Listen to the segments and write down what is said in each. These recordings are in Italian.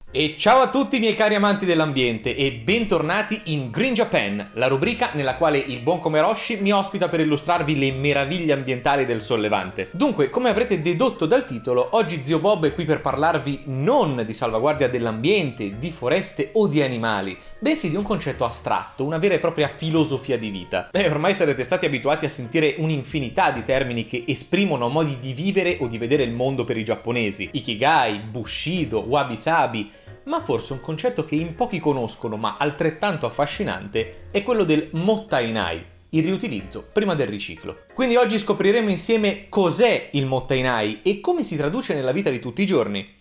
E ciao a tutti miei cari amanti dell'ambiente e bentornati in Green Japan, la rubrica nella quale il buon Komeroshi mi ospita per illustrarvi le meraviglie ambientali del Sollevante. Dunque, come avrete dedotto dal titolo, oggi Zio Bob è qui per parlarvi non di salvaguardia dell'ambiente, di foreste o di animali, bensì di un concetto astratto, una vera e propria filosofia di vita. Ormai sarete stati abituati a sentire un'infinità di termini che esprimono modi di vivere o di vedere il mondo per i giapponesi: Ikigai, Bushido, Wabi Sabi. Ma forse un concetto che in pochi conoscono, ma altrettanto affascinante, è quello del mottainai, il riutilizzo prima del riciclo. Quindi oggi scopriremo insieme cos'è il mottainai e come si traduce nella vita di tutti i giorni.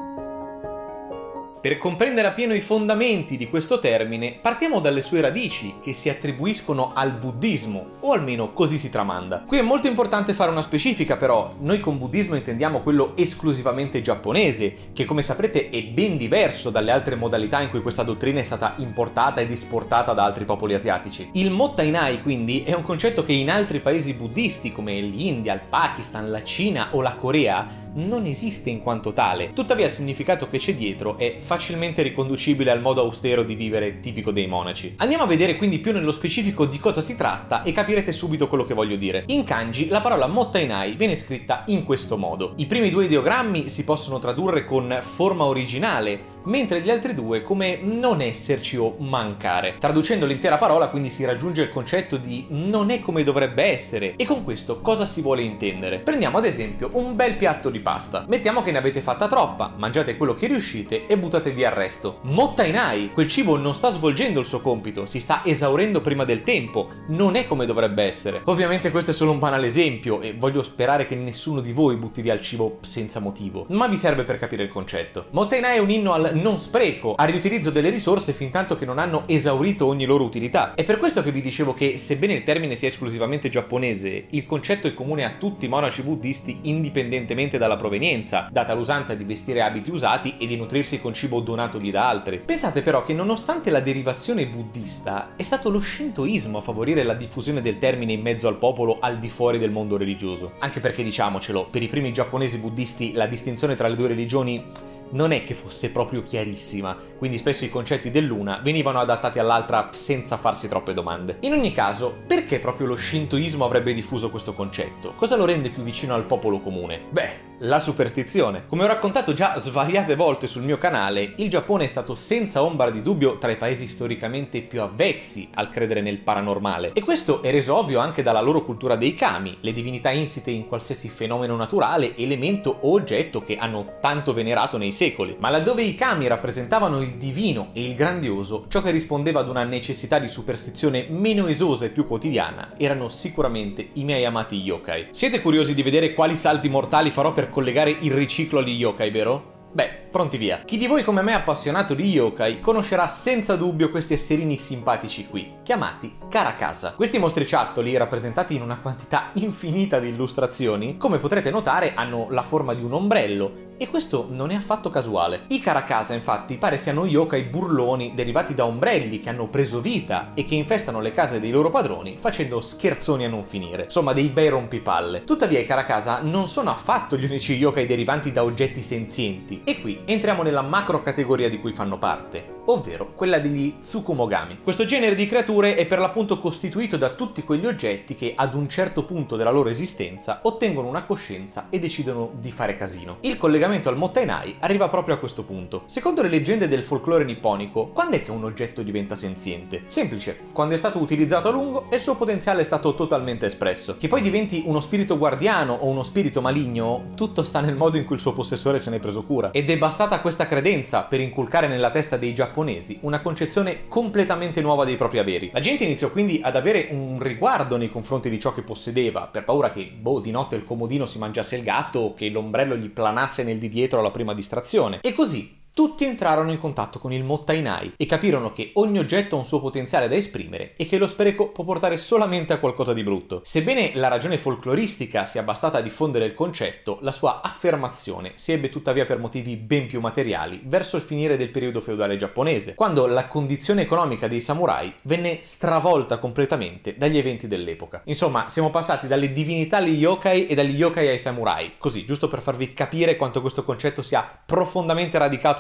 Per comprendere appieno i fondamenti di questo termine, partiamo dalle sue radici, che si attribuiscono al buddismo, o almeno così si tramanda. Qui è molto importante fare una specifica però: noi con buddismo intendiamo quello esclusivamente giapponese, che come saprete è ben diverso dalle altre modalità in cui questa dottrina è stata importata ed esportata da altri popoli asiatici. Il mottainai quindi è un concetto che in altri paesi buddisti come l'India, il Pakistan, la Cina o la Corea non esiste in quanto tale. Tuttavia il significato che c'è dietro è facilmente riconducibile al modo austero di vivere tipico dei monaci. Andiamo a vedere quindi più nello specifico di cosa si tratta e capirete subito quello che voglio dire. In kanji la parola mottainai viene scritta in questo modo. I primi due ideogrammi si possono tradurre con forma originale, mentre gli altri due come non esserci o mancare. Traducendo l'intera parola quindi si raggiunge il concetto di non è come dovrebbe essere. E con questo cosa si vuole intendere? Prendiamo ad esempio un bel piatto di pasta. Mettiamo che ne avete fatta troppa, mangiate quello che riuscite e buttate via il resto. Mottainai, quel cibo non sta svolgendo il suo compito, si sta esaurendo prima del tempo, non è come dovrebbe essere. Ovviamente questo è solo un banale esempio e voglio sperare che nessuno di voi butti via il cibo senza motivo, ma vi serve per capire il concetto. Mottainai è un inno al non spreco, al riutilizzo delle risorse fin tanto che non hanno esaurito ogni loro utilità. È per questo che vi dicevo che, sebbene il termine sia esclusivamente giapponese, il concetto è comune a tutti i monaci buddisti indipendentemente dalla provenienza, data l'usanza di vestire abiti usati e di nutrirsi con cibo donatogli da altri. Pensate però che nonostante la derivazione buddista, è stato lo shintoismo a favorire la diffusione del termine in mezzo al popolo al di fuori del mondo religioso. Anche perché, diciamocelo, per i primi giapponesi buddisti la distinzione tra le due religioni non è che fosse proprio chiarissima, quindi spesso i concetti dell'una venivano adattati all'altra senza farsi troppe domande. In ogni caso, perché proprio lo shintoismo avrebbe diffuso questo concetto? Cosa lo rende più vicino al popolo comune? Beh, la superstizione. Come ho raccontato già svariate volte sul mio canale, il Giappone è stato senza ombra di dubbio tra i paesi storicamente più avvezzi al credere nel paranormale. E questo è reso ovvio anche dalla loro cultura dei kami, le divinità insite in qualsiasi fenomeno naturale, elemento o oggetto che hanno tanto venerato nei secoli. Ma laddove i kami rappresentavano il divino e il grandioso, ciò che rispondeva ad una necessità di superstizione meno esosa e più quotidiana erano sicuramente i miei amati yokai. Siete curiosi di vedere quali salti mortali farò per collegare il riciclo agli yokai, vero? Beh, pronti via. Chi di voi come me appassionato di yokai conoscerà senza dubbio questi esserini simpatici qui, chiamati Karakasa. Questi mostriciattoli, rappresentati in una quantità infinita di illustrazioni, come potrete notare hanno la forma di un ombrello, e questo non è affatto casuale. I Karakasa infatti pare siano yokai burloni derivati da ombrelli che hanno preso vita e che infestano le case dei loro padroni facendo scherzoni a non finire. Insomma, dei bei rompipalle. Tuttavia i Karakasa non sono affatto gli unici yokai derivanti da oggetti senzienti. E qui entriamo nella macro categoria di cui fanno parte, ovvero quella degli Tsukumogami. Questo genere di creature è per l'appunto costituito da tutti quegli oggetti che ad un certo punto della loro esistenza ottengono una coscienza e decidono di fare casino. Il collegamento al mottainai arriva proprio a questo punto. Secondo le leggende del folklore nipponico, quando è che un oggetto diventa senziente? Semplice, quando è stato utilizzato a lungo e il suo potenziale è stato totalmente espresso. Che poi diventi uno spirito guardiano o uno spirito maligno, tutto sta nel modo in cui il suo possessore se ne è preso cura. Ed è bastata questa credenza per inculcare nella testa dei giapponesi una concezione completamente nuova dei propri averi. La gente iniziò quindi ad avere un riguardo nei confronti di ciò che possedeva, per paura che, di notte il comodino si mangiasse il gatto o che l'ombrello gli planasse nel di dietro alla prima distrazione. E così tutti entrarono in contatto con il mottainai e capirono che ogni oggetto ha un suo potenziale da esprimere e che lo spreco può portare solamente a qualcosa di brutto. Sebbene la ragione folcloristica sia bastata a diffondere il concetto, la sua affermazione si ebbe tuttavia per motivi ben più materiali verso il finire del periodo feudale giapponese, quando la condizione economica dei samurai venne stravolta completamente dagli eventi dell'epoca. Insomma, siamo passati dalle divinità agli yokai e dagli yokai ai samurai, così, giusto per farvi capire quanto questo concetto sia profondamente radicato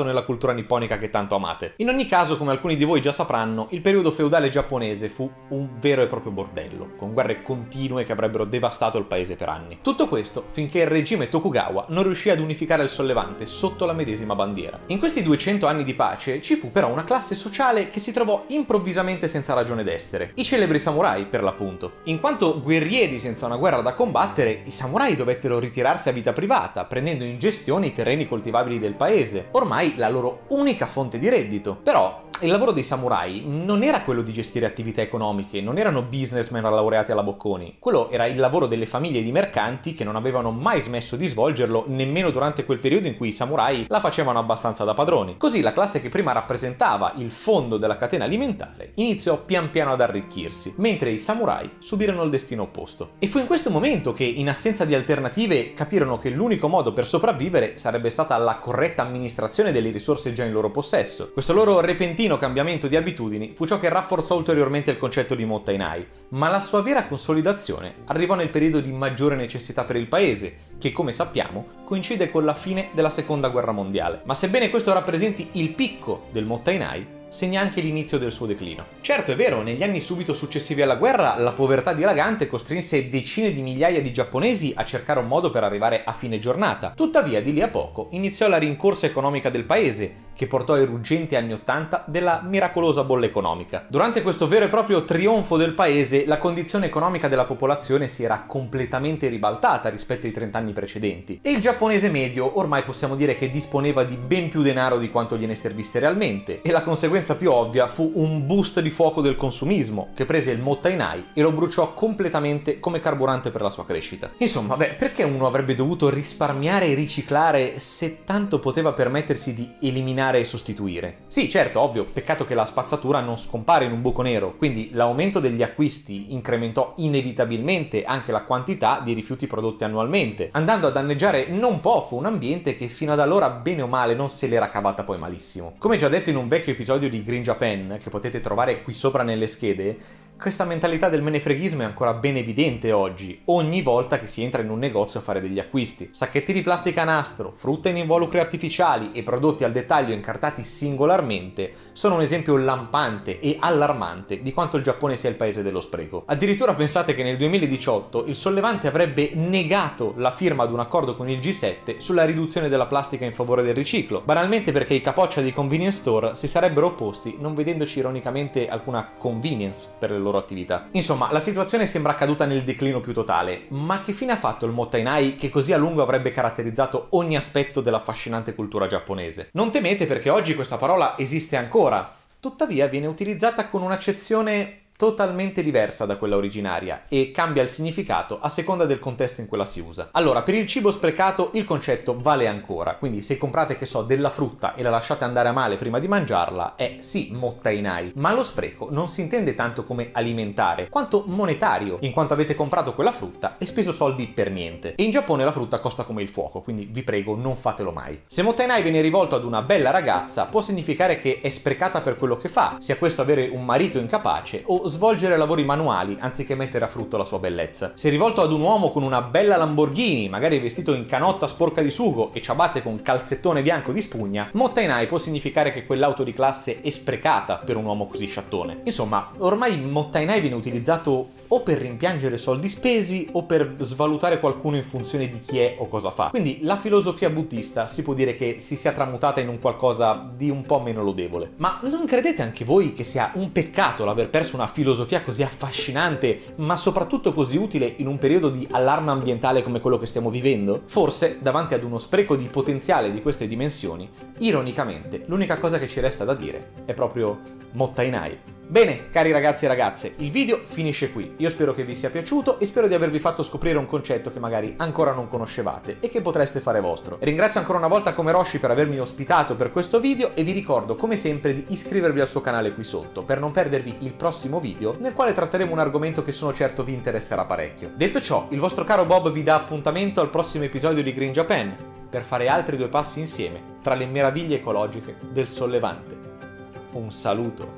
nella cultura nipponica che tanto amate. In ogni caso, come alcuni di voi già sapranno, il periodo feudale giapponese fu un vero e proprio bordello, con guerre continue che avrebbero devastato il paese per anni. Tutto questo finché il regime Tokugawa non riuscì ad unificare il sollevante sotto la medesima bandiera. In questi 200 anni di pace ci fu però una classe sociale che si trovò improvvisamente senza ragione d'essere, i celebri samurai per l'appunto. In quanto guerrieri senza una guerra da combattere, i samurai dovettero ritirarsi a vita privata, prendendo in gestione i terreni coltivabili del paese, ormai la loro unica fonte di reddito. Però il lavoro dei samurai non era quello di gestire attività economiche, non erano businessmen laureati alla Bocconi. Quello era il lavoro delle famiglie di mercanti che non avevano mai smesso di svolgerlo nemmeno durante quel periodo in cui i samurai la facevano abbastanza da padroni. Così la classe che prima rappresentava il fondo della catena alimentare iniziò pian piano ad arricchirsi, mentre i samurai subirono il destino opposto. E fu in questo momento che, in assenza di alternative, capirono che l'unico modo per sopravvivere sarebbe stata la corretta amministrazione delle risorse già in loro possesso. Questo loro repentino cambiamento di abitudini fu ciò che rafforzò ulteriormente il concetto di mottainai, ma la sua vera consolidazione arrivò nel periodo di maggiore necessità per il paese, che come sappiamo coincide con la fine della seconda guerra mondiale. Ma sebbene questo rappresenti il picco del mottainai, segna anche l'inizio del suo declino. Certo, è vero, negli anni subito successivi alla guerra la povertà dilagante costrinse decine di migliaia di giapponesi a cercare un modo per arrivare a fine giornata. Tuttavia, di lì a poco iniziò la rincorsa economica del paese, che portò ai ruggenti anni '80 della miracolosa bolla economica. Durante questo vero e proprio trionfo del paese, la condizione economica della popolazione si era completamente ribaltata rispetto ai 30 anni precedenti, e il giapponese medio ormai possiamo dire che disponeva di ben più denaro di quanto gliene servisse realmente, e la conseguenza più ovvia fu un boost di fuoco del consumismo, che prese il mottainai e lo bruciò completamente come carburante per la sua crescita. Insomma, perché uno avrebbe dovuto risparmiare e riciclare se tanto poteva permettersi di eliminare e sostituire? Sì, certo, ovvio, peccato che la spazzatura non scompare in un buco nero, quindi l'aumento degli acquisti incrementò inevitabilmente anche la quantità di rifiuti prodotti annualmente, andando a danneggiare non poco un ambiente che fino ad allora bene o male non se l'era cavata poi malissimo. Come già detto in un vecchio episodio di Green Japan, che potete trovare qui sopra nelle schede, questa mentalità del menefreghismo è ancora ben evidente oggi, ogni volta che si entra in un negozio a fare degli acquisti. Sacchetti di plastica a nastro, frutta in involucri artificiali e prodotti al dettaglio incartati singolarmente sono un esempio lampante e allarmante di quanto il Giappone sia il paese dello spreco. Addirittura pensate che nel 2018 il Sollevante avrebbe negato la firma ad un accordo con il G7 sulla riduzione della plastica in favore del riciclo, banalmente perché i capoccia di convenience store si sarebbero opposti, non vedendoci ironicamente alcuna convenience per le loro attività. Insomma, la situazione sembra caduta nel declino più totale, ma che fine ha fatto il mottainai che così a lungo avrebbe caratterizzato ogni aspetto dell'affascinante cultura giapponese? Non temete, perché oggi questa parola esiste ancora, tuttavia viene utilizzata con un'accezione totalmente diversa da quella originaria e cambia il significato a seconda del contesto in cui la si usa. Allora, per il cibo sprecato il concetto vale ancora, quindi se comprate, che so, della frutta e la lasciate andare a male prima di mangiarla, è sì mottainai, ma lo spreco non si intende tanto come alimentare, quanto monetario, in quanto avete comprato quella frutta e speso soldi per niente. E in Giappone la frutta costa come il fuoco, quindi vi prego, non fatelo mai. Se mottainai viene rivolto ad una bella ragazza, può significare che è sprecata per quello che fa, sia questo avere un marito incapace o svolgere lavori manuali anziché mettere a frutto la sua bellezza. Se rivolto ad un uomo con una bella Lamborghini, magari vestito in canotta sporca di sugo e ciabatte con calzettone bianco di spugna, mottainai può significare che quell'auto di classe è sprecata per un uomo così sciattone. Insomma, ormai mottainai viene utilizzato o per rimpiangere soldi spesi o per svalutare qualcuno in funzione di chi è o cosa fa. Quindi la filosofia buddista si può dire che si sia tramutata in un qualcosa di un po' meno lodevole. Ma non credete anche voi che sia un peccato l'aver perso una filosofia così affascinante, ma soprattutto così utile in un periodo di allarme ambientale come quello che stiamo vivendo? Forse, davanti ad uno spreco di potenziale di queste dimensioni, ironicamente, l'unica cosa che ci resta da dire è proprio mottainai. Bene, cari ragazzi e ragazze, il video finisce qui. Io spero che vi sia piaciuto e spero di avervi fatto scoprire un concetto che magari ancora non conoscevate e che potreste fare vostro. Ringrazio ancora una volta Komeroshi per avermi ospitato per questo video e vi ricordo come sempre di iscrivervi al suo canale qui sotto per non perdervi il prossimo video nel quale tratteremo un argomento che sono certo vi interesserà parecchio. Detto ciò, il vostro caro Bob vi dà appuntamento al prossimo episodio di Green Japan per fare altri due passi insieme tra le meraviglie ecologiche del Sollevante. Un saluto.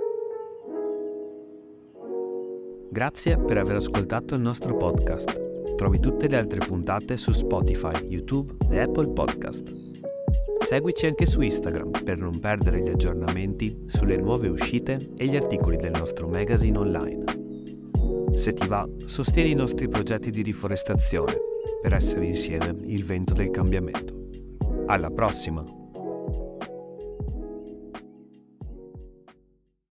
Grazie per aver ascoltato il nostro podcast. Trovi tutte le altre puntate su Spotify, YouTube e Apple Podcast. Seguici anche su Instagram per non perdere gli aggiornamenti sulle nuove uscite e gli articoli del nostro magazine online. Se ti va, sostieni i nostri progetti di riforestazione per essere insieme il vento del cambiamento. Alla prossima!